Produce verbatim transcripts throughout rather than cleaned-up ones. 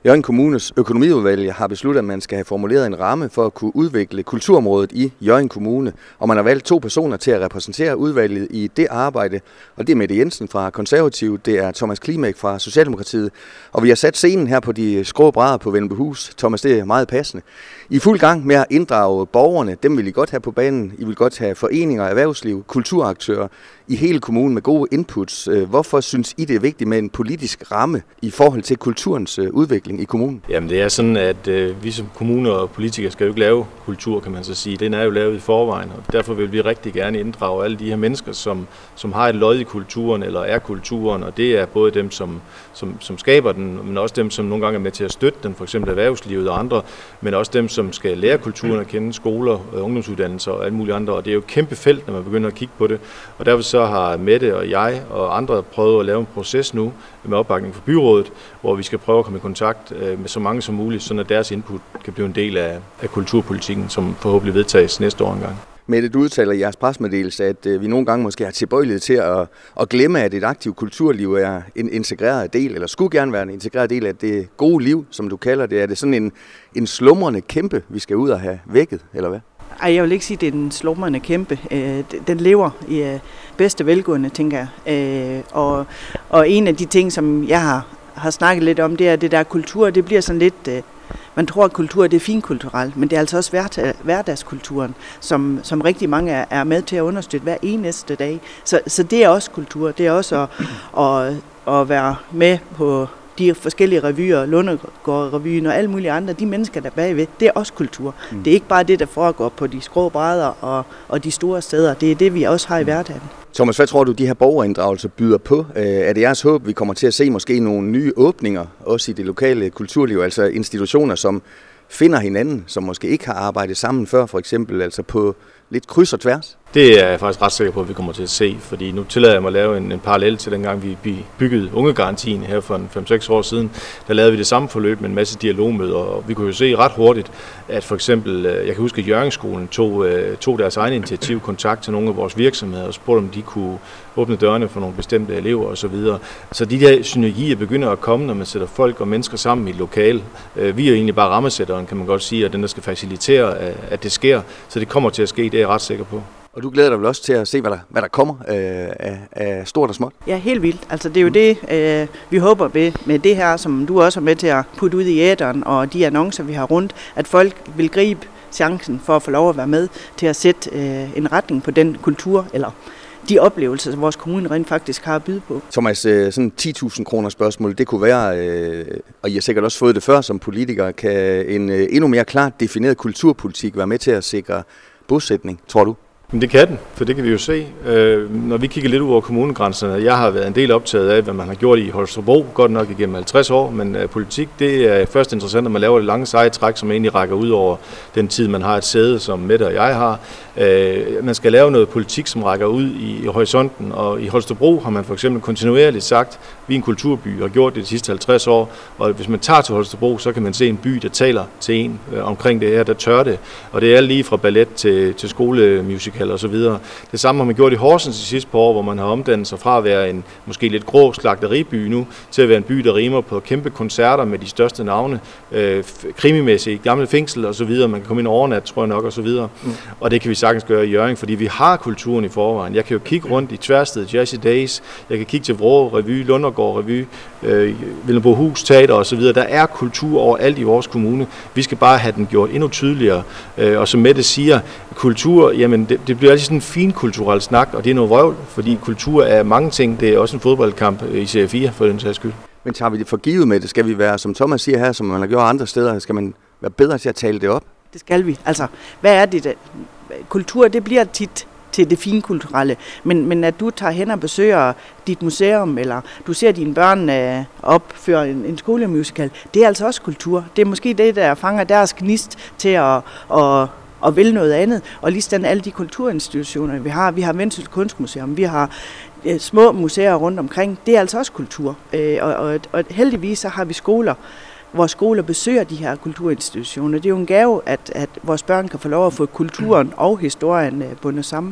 Hjørring Kommunes økonomiudvalg har besluttet, at man skal have formuleret en ramme for at kunne udvikle kulturområdet i Hjørring Kommune. Og man har valgt to personer til at repræsentere udvalget i det arbejde. Og det er Mette Jensen fra Konservative, det er Thomas Klimek fra Socialdemokratiet. Og vi har sat scenen her på de skrå brædder på Vennebehus. Thomas, det er meget passende. I er fuld gang med at inddrage borgerne. Dem vil I godt have på banen. I vil godt have foreninger, erhvervsliv, kulturaktører i hele kommunen med gode inputs. Hvorfor synes I, det er vigtigt med en politisk ramme i forhold til kulturens udvikling i kommunen? Jamen det er sådan, at øh, vi som kommuner og politikere skal jo ikke lave kultur, kan man så sige. Den er jo lavet i forvejen, og derfor vil vi rigtig gerne inddrage alle de her mennesker, som, som har et lod i kulturen eller er kulturen, og det er både dem, som, som, som skaber den, men også dem, som nogle gange er med til at støtte den, for eksempel erhvervslivet og andre, men også dem, som skal lære kulturen at kende, skoler, ungdomsuddannelser og alle mulige andre, og det er jo et kæmpe felt, når man begynder at kigge på det, og derfor så har Mette og jeg og andre prøvet at lave en proces nu med opbakning fra byrådet, hvor vi skal prøve at komme i kontakt med så mange som muligt, så at deres input kan blive en del af, af kulturpolitikken, som forhåbentlig vedtages næste år engang. Mette, du udtaler i jeres pressemeddelelse, at vi nogle gange måske har tilbøjelighed til at, at glemme, at et aktivt kulturliv er en integreret del, eller skulle gerne være en integreret del af det gode liv, som du kalder det. Er det sådan en, en slumrende kæmpe, vi skal ud og have vækket, eller hvad? Ej, jeg vil ikke sige, at det er en slumrende kæmpe. Den lever i bedste velgående, tænker jeg. Og, og en af de ting, som jeg har, har snakket lidt om, det er det der kultur. Det bliver sådan lidt... Man tror, at kultur det er finkulturelt, men det er altså også hverdag, hverdagskulturen, som, som rigtig mange er, er med til at understøtte hver eneste dag. Så, så det er også kultur. Det er også at, at, at være med på de forskellige revyer, Lundegård-revyen og alle mulige andre, de mennesker, der er bagved, det er også kultur. Mm. Det er ikke bare det, der foregår på de skrå brædder og, og de store steder. Det er det, vi også har i hverdagen. Thomas, hvad tror du, de her borgerinddragelser byder på? Er det jeres håb, vi kommer til at se måske nogle nye åbninger, også i det lokale kulturliv, altså institutioner, som finder hinanden, som måske ikke har arbejdet sammen før, for eksempel, altså på lidt kryds og tværs? Det er jeg faktisk ret sikker på, at vi kommer til at se, fordi nu tillader jeg mig at lave en, en parallel til dengang vi byggede ungegarantien her for fem seks år siden. Der lavede vi det samme forløb med en masse dialogmøder, og vi kunne jo se ret hurtigt, at for eksempel, jeg kan huske, at Hjørringskolen tog, tog deres egen initiativ kontakt til nogle af vores virksomheder og spurgte, om de kunne åbne dørene for nogle bestemte elever osv. Så, så de der synergier begynder at komme, når man sætter folk og mennesker sammen i et lokale. Vi er jo egentlig bare rammesætteren, kan man godt sige, og den, der skal facilitere, at det sker. Så det kommer til at ske, det er jeg ret sikker på. Og du glæder dig vel også til at se, hvad der, hvad der kommer øh, af, af stort og småt? Ja, helt vildt. Altså det er jo det, øh, vi håber med, med det her, som du også er med til at putte ud i æteren, og de annoncer, vi har rundt, at folk vil gribe chancen for at få lov at være med til at sætte øh, en retning på den kultur, eller de oplevelser, som vores kommune rent faktisk har at byde på. Thomas, sådan ti tusind kroner spørgsmål, det kunne være, øh, og I har sikkert også fået det før som politikere, kan en øh, endnu mere klart defineret kulturpolitik være med til at sikre bosætning, tror du? Men det kan den, for det kan vi jo se. Øh, når vi kigger lidt ud over kommunegrænserne, jeg har været en del optaget af, hvad man har gjort i Holstebro, godt nok igennem halvtreds år, men øh, politik, det er først interessant, når man laver det lange seje træk, som egentlig rækker ud over den tid, man har et sæde, som Mette og jeg har. Øh, man skal lave noget politik, som rækker ud i, i horisonten, og i Holstebro har man for eksempel kontinuerligt sagt, vi er en kulturby og har gjort det de sidste halvtreds år, og hvis man tager til Holstebro, så kan man se en by, der taler til en øh, omkring det her, der tør det, og det er lige fra ballet til, til skolemusical og så videre. Det samme har man gjort i Horsens de sidste par år, hvor man har omdannet sig fra at være en måske lidt grå slagteriby nu, til at være en by, der rimer på kæmpe koncerter med de største navne, øh, krimimæssigt, gamle fængsel og så videre. Man kan komme ind overnat, tror jeg nok, og så videre. Mm. Og det kan vi sagtens gøre i Hjørring, fordi vi har kulturen i forvejen. Jeg kan jo kigge rundt i Tværsted, Jazzy Days, jeg kan kigge til Vrå Revy, Lundegård Revy, øh, Vennebehus Teater og så videre. Der er kultur overalt i vores kommune. Vi skal bare have den gjort endnu tydeligere. Øh, og som Mette siger, kultur, jamen det, det bliver altid sådan en fin kulturel snak, og det er noget vrøvl, fordi kultur er mange ting. Det er også en fodboldkamp i C F fire, for den sags skyld. Men tager vi det for givet med det? Skal vi være, som Thomas siger her, som man har gjort andre steder, skal man være bedre til at tale det op? Det skal vi. Altså, hvad er det? Der? Kultur, det bliver tit til det fine kulturelle, men, men at du tager hen og besøger dit museum, eller du ser dine børn øh, opføre en, en skolemusical, det er altså også kultur. Det er måske det, der fanger deres gnist til at, at og vil noget andet, og lige sådan alle de kulturinstitutioner, vi har. Vi har Vendsyssel Kunstmuseum, vi har øh, små museer rundt omkring. Det er altså også kultur, øh, og, og, og heldigvis så har vi skoler, hvor skoler besøger de her kulturinstitutioner. Det er jo en gave, at, at vores børn kan få lov at få kulturen og historien øh, bundet sammen.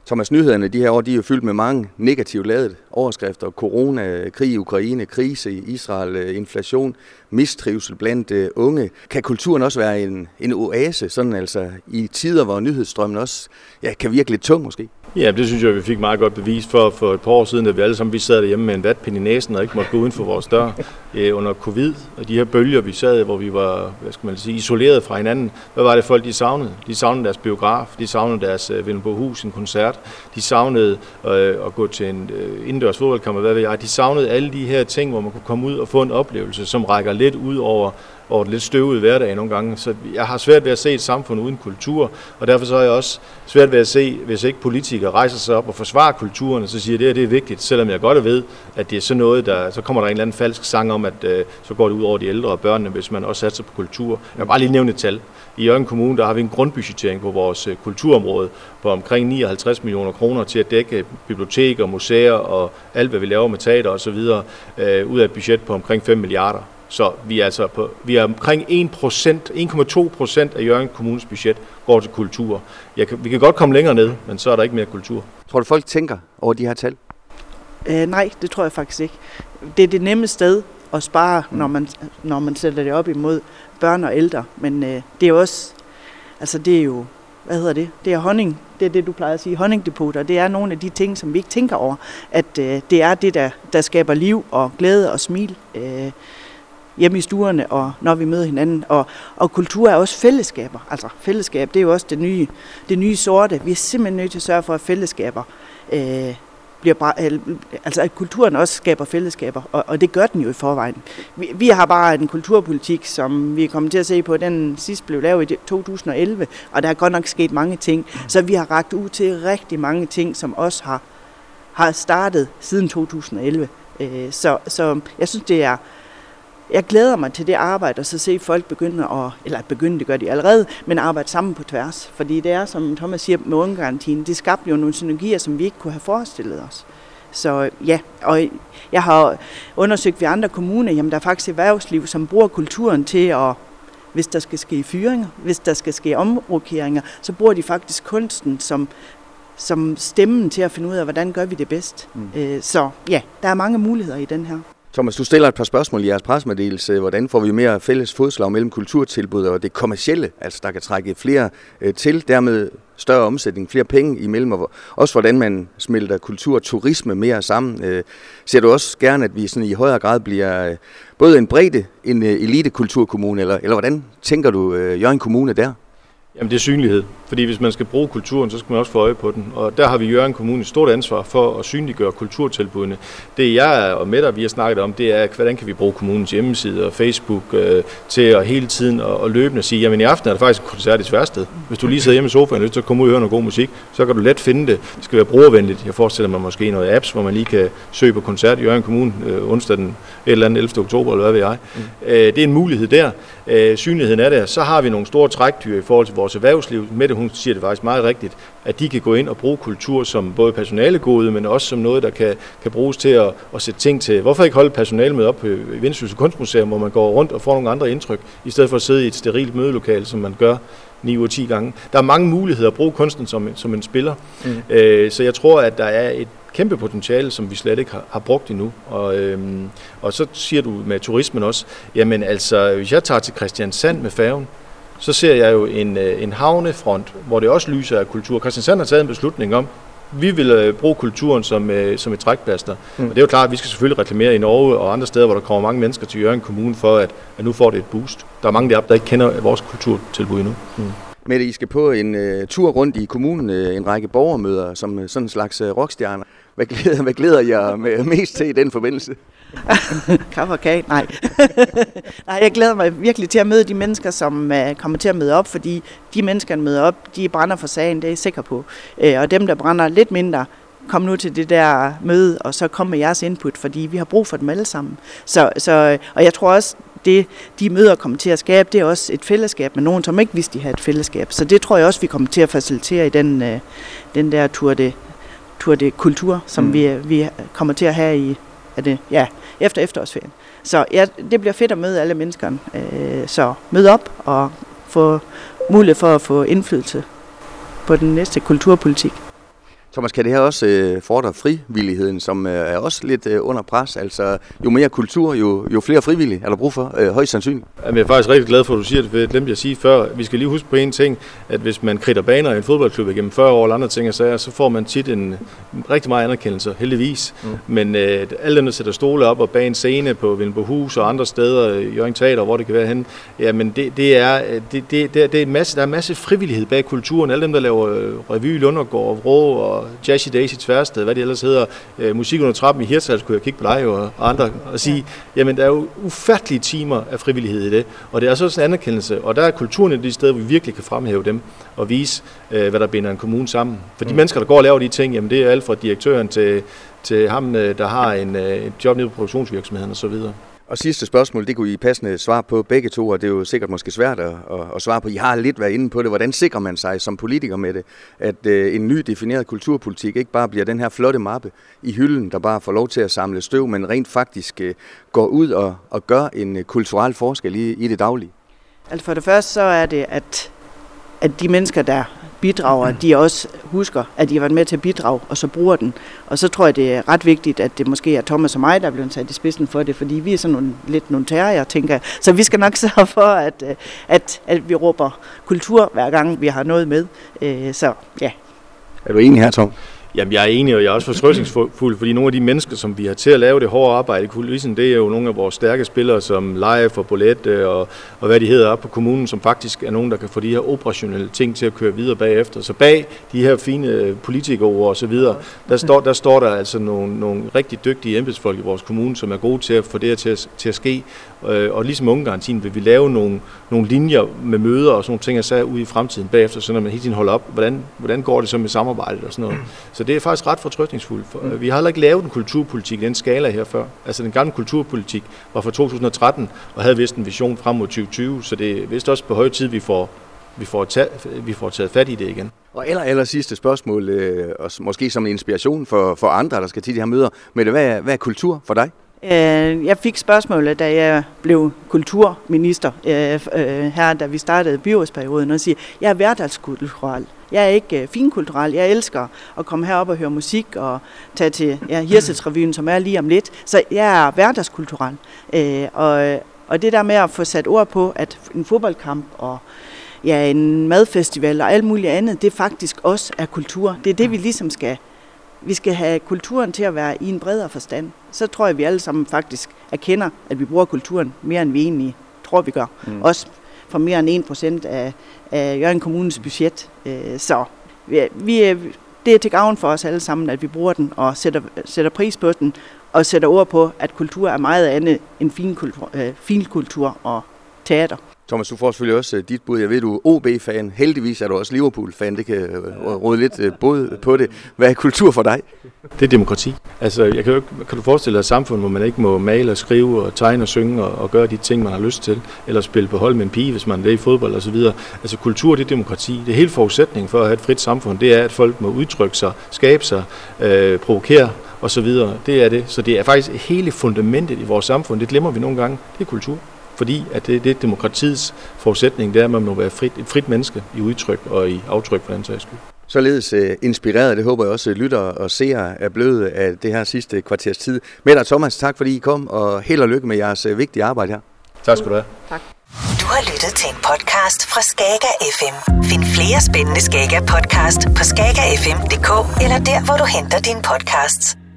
Thomas, nyhederne de her år, de er jo fyldt med mange negativt ladede overskrifter. Corona, krig i Ukraine, krise i Israel, inflation, mistrivsel blandt uh, unge. Kan kulturen også være en, en oase, sådan altså i tider, hvor nyhedsstrømmen også ja, kan virke lidt tung måske? Ja, det synes jeg, vi fik meget godt bevis for for et par år siden, da vi alle sammen vi sad derhjemme med en vatpind i næsen og ikke måtte gå uden for vores dør øh, under covid. Og de her bølger, vi sad, hvor vi var hvad skal man sige, isoleret fra hinanden, hvad var det folk, de savnede? De savnede deres biograf, de savnede deres øh, Vindborghus, en koncert, de savnede øh, at gå til en øh, indendørs fodboldkamp, hvad ved jeg. De savnede alle de her ting, hvor man kunne komme ud og få en oplevelse, som rækker lidt ud over og et lidt støvet hverdag nogle gange. Så jeg har svært ved at se et samfund uden kultur, og derfor så har jeg også svært ved at se, hvis ikke politikere rejser sig op og forsvarer kulturen, så siger det, at det er vigtigt, selvom jeg godt ved, at det er sådan noget, der, så kommer der en eller anden falsk sang om, at øh, så går det ud over de ældre og børnene, hvis man også satser på kultur. Jeg vil bare lige nævne et tal. I Hjørring Kommune, der har vi en grundbudgettering på vores øh, kulturområde på omkring nioghalvtreds millioner kroner til at dække biblioteker, museer og alt, hvad vi laver med teater og så videre, øh, ud af et budget på omkring fem milliarder. Så vi er altså på, vi er omkring en procent, en komma to procent af Hjørring Kommunes budget går til kultur. Jeg kan, vi kan godt komme længere ned, men så er der ikke mere kultur. Tror du, folk tænker over de her tal? Øh, nej, det tror jeg faktisk ikke. Det er det nemme sted at spare, mm. når, man, når man sætter det op imod børn og ældre. Men øh, det er jo også, altså det er jo, hvad hedder det? Det er honning. Det er det, du plejer at sige, honningdepoter. Det er nogle af de ting, som vi ikke tænker over. At øh, det er det, der, der skaber liv og glæde og smil. Øh, hjemme i stuerne, og når vi møder hinanden. Og, og kultur er også fællesskaber. Altså fællesskab, det er jo også det nye, det nye sorte. Vi er simpelthen nødt til at sørge for, at fællesskaber øh, bliver bra- altså at kulturen også skaber fællesskaber, og, og det gør den jo i forvejen. Vi, vi har bare en kulturpolitik, som vi er kommet til at se på, den sidst blev lavet i to tusind og elleve, og der er godt nok sket mange ting. Så vi har rakt ud til rigtig mange ting, som også har, har startet siden to tusind og elleve. Øh, så, så jeg synes, det er Jeg glæder mig til det arbejde, og så se folk begynde at, eller begynde, det gør de allerede, men arbejde sammen på tværs. Fordi det er, som Thomas siger med ungegarantien, det skabte jo nogle synergier, som vi ikke kunne have forestillet os. Så ja, og jeg har undersøgt ved andre kommuner, jamen der er faktisk erhvervsliv, som bruger kulturen til at, hvis der skal ske fyringer, hvis der skal ske omrokeringer, så bruger de faktisk kunsten som, som stemmen til at finde ud af, hvordan gør vi det bedst. Mm. Så ja, der er mange muligheder i den her. Thomas, du stiller et par spørgsmål i jeres pressemeddelelse. Hvordan får vi mere fælles fodslag mellem kulturtilbud og det kommercielle, altså der kan trække flere øh, til, dermed større omsætning, flere penge imellem, og også hvordan man smelter kultur og turisme mere sammen. Øh, ser du også gerne, at vi sådan i højere grad bliver øh, både en bredde, en øh, elitekulturkommune, eller, eller hvordan tænker du øh, Hjørring Kommune der? Jamen det er synlighed, fordi hvis man skal bruge kulturen, så skal man også få øje på den, og der har vi i Hjørring Kommune et stort ansvar for at synliggøre kulturtilbudene. Det jeg og Mette, vi har snakket om, det er, hvordan kan vi bruge kommunens hjemmeside og Facebook øh, til at hele tiden og, og løbende sige, jamen i aften er der faktisk en koncert i Tværsted. Hvis du lige sidder hjemme i sofaen og lytter til at komme ud og høre noget god musik, så kan du let finde det. Det skal være brugervenligt. Jeg forestiller mig måske noget apps, hvor man lige kan søge på koncert i Hjørring Kommune øh, onsdag den et eller andet ellevte oktober, eller hvad ved jeg. Mm. Øh, det er en mulighed der. Øh, synligheden er der. Så har vi nogle store trækdyr i forhold til vores erhvervsliv. Mette, hun siger det faktisk meget rigtigt, at de kan gå ind og bruge kultur som både personalegode, men også som noget, der kan, kan bruges til at, at sætte ting til. Hvorfor ikke holde personale med op på Vendsyssel Kunstmuseum, hvor man går rundt og får nogle andre indtryk, i stedet for at sidde i et sterilt mødelokale, som man gør ni ud af ti gange. Der er mange muligheder at bruge kunsten som, som en spiller. Mm. Øh, så jeg tror, at der er et kæmpe potentiale, som vi slet ikke har, har brugt endnu. Og, øhm, og så siger du med turismen også, jamen altså, hvis jeg tager til Kristiansand med færgen, så ser jeg jo en, en havnefront, hvor det også lyser af kultur. Kristiansand har taget en beslutning om, vi vil bruge kulturen som, som et trækplaster. Mm. Og det er jo klart, at vi skal selvfølgelig reklamere i Norge og andre steder, hvor der kommer mange mennesker til Hjørring Kommune, for at, at nu får det et boost. Der er mange deroppe, der ikke kender vores kulturtilbud endnu. Mm. Mette, I skal på en uh, tur rundt i kommunen, uh, en række borgermøder som uh, sådan en slags uh, rockstjerner. Hvad glæder, hvad glæder jeg med, mest til i den forbindelse? Kaffe og kage? Nej. Nej, jeg glæder mig virkelig til at møde de mennesker, som uh, kommer til at møde op, fordi de mennesker, der møder op, de brænder for sagen, det er jeg sikker på. Uh, og dem, der brænder lidt mindre, kom nu til det der møde, og så kom med jeres input, fordi vi har brug for dem alle sammen. Så, så, og jeg tror også, det de møder kommer til at skabe, det er også et fællesskab med nogen, som ikke vidste, de havde et fællesskab. Så det tror jeg også, vi kommer til at facilitere i den, uh, den der Tour de, Tour de Kultur, som mm. vi, vi kommer til at have i er det, ja, efter efterårsferien. Så ja, det bliver fedt at møde alle menneskerne. Uh, så mød op og få mulighed for at få indflydelse på den næste kulturpolitik. Thomas, kan det her også øh, fordre frivilligheden, som øh, er også lidt øh, under pres? Altså, jo mere kultur, jo, jo flere frivillige er der brug for, øh, højst sandsynligt. Jamen, jeg er faktisk rigtig glad for, at du siger det, for jeg glemte at sige før. Vi skal lige huske på en ting, at hvis man kridter baner i en fodboldklub igennem fyrre år eller andre ting og sager, så får man tit en rigtig meget anerkendelse, heldigvis. Mm. Men øh, alle dem, der sætter stole op og bag en scene på Vindbohus og andre steder, Hjørring Teater, hvor det kan være henne, jamen det, det er, det, det, det, det er en masse, der er en masse frivillighed bag kulturen. Alle dem, der laver revy, Lundergård, Vrå og Jazzy Daisy Tværsted, hvad det ellers hedder, øh, musik under trappen i Hirtshals, kunne jeg kigge på dig og, og andre og sige, jamen der er jo ufattelige timer af frivillighed i det, og det er så også en anerkendelse, og der er kulturen et de steder, hvor vi virkelig kan fremhæve dem og vise, øh, hvad der binder en kommune sammen. For de mm. mennesker, der går og laver de ting, jamen det er alt fra direktøren til, til ham, der har en, et job nede på produktionsvirksomheden osv. Og sidste spørgsmål, det kunne I passende svare på begge to, og det er jo sikkert måske svært at, at, at svare på. I har lidt været inde på det. Hvordan sikrer man sig som politiker med det, at øh, en ny defineret kulturpolitik ikke bare bliver den her flotte mappe i hylden, der bare får lov til at samle støv, men rent faktisk øh, går ud og, og gør en øh, kulturel forskel i, i det daglige? Altså for det første så er det, at, at de mennesker, der bidrager, de også husker, at de har været med til at bidrage, og så bruger den. Og så tror jeg, det er ret vigtigt, at det måske er Thomas og mig, der er blevet sat i spidsen for det, fordi vi er sådan nogle, lidt nogle terrier, tænker jeg. Så vi skal nok sørge for, at, at, at vi råber kultur, hver gang vi har noget med. Så ja. Er du enig her, Tom? Jamen, jeg er enig, og jeg er også fortrøstningsfuld, fordi nogle af de mennesker, som vi har til at lave det hårde arbejde i kulissen, det er jo nogle af vores stærke spillere, som Live og Bollet og, og hvad de hedder op på kommunen, som faktisk er nogen, der kan få de her operationelle ting til at køre videre bagefter. Så bag de her fine politikere og så videre, der står der, står der altså nogle, nogle rigtig dygtige embedsfolk i vores kommune, som er gode til at få det her til at, til at ske. Og ligesom ungegarantien vil vi lave nogle, nogle linjer med møder og sådan nogle ting, og så ude i fremtiden bagefter, så når man hele tiden holder op, hvordan, hvordan går det så med samarbejdet og sådan noget. Så det er faktisk ret fortrøstningsfuldt. Vi har heller ikke lavet en kulturpolitik i den skala her før. Altså den gamle kulturpolitik var fra to tusind og tretten og havde vist en vision frem mod tyve tyve, så det er vist også på høje tid, vi får, vi får, taget, vi får taget fat i det igen. Og aller, aller sidste spørgsmål, øh, og måske som en inspiration for, for andre, der skal til de her møder, men hvad er, hvad er kultur for dig? Jeg fik spørgsmålet, da jeg blev kulturminister her, da vi startede byrådsperioden, og siger, jeg er hverdagskulturel. Jeg er ikke finkulturel. Jeg elsker at komme herop og høre musik og tage til ja, Hirtshals-revyen, som er lige om lidt. Så jeg er hverdagskulturel. Og, og det der med at få sat ord på, at en fodboldkamp og ja, en madfestival og alt muligt andet, det faktisk også er kultur. Det er det, vi ligesom skal. Vi skal have kulturen til at være i en bredere forstand. Så tror jeg, vi alle sammen faktisk erkender, at vi bruger kulturen mere, end vi egentlig tror, vi gør. Mm. Også for mere end en procent af, af Hjørring Kommunes budget. Så vi, det er til gavn for os alle sammen, at vi bruger den og sætter, sætter pris på den, og sætter ord på, at kultur er meget andet end finkultur, øh, finkultur og teater. Thomas, du får selvfølgelig også dit bud. Jeg ved, du er O B-fan. Heldigvis er du også Liverpool-fan. Det kan råde lidt både på det. Hvad er kultur for dig? Det er demokrati. Altså, jeg kan, jo, kan du forestille dig et samfund, hvor man ikke må male og skrive og tegne og synge og, og gøre de ting, man har lyst til, eller spille på hold med en pige, hvis man er i fodbold og så videre. Altså, kultur, det er demokrati. Det er hele forudsætningen for at have et frit samfund. Det er, at folk må udtrykke sig, skabe sig, øh, provokere og så videre. Det er det. Så det er faktisk hele fundamentet i vores samfund. Det glemmer vi nogle gange. Det er kultur. Fordi at det, det er demokratiets forudsætning, det er, at man må være frit, et frit menneske i udtryk og i aftryk for den sags skyld. Således uh, inspireret, det håber jeg også lytter og seere er blevet af det her sidste kvarters tid. Mette og Thomas, tak fordi I kom, og held og lykke med jeres uh, vigtige arbejde her. Tak skal du have. Tak. Du har lyttet til en podcast fra Skager F M. Find flere spændende Skager podcast på skager f m punktum d k eller der, hvor du henter dine podcasts.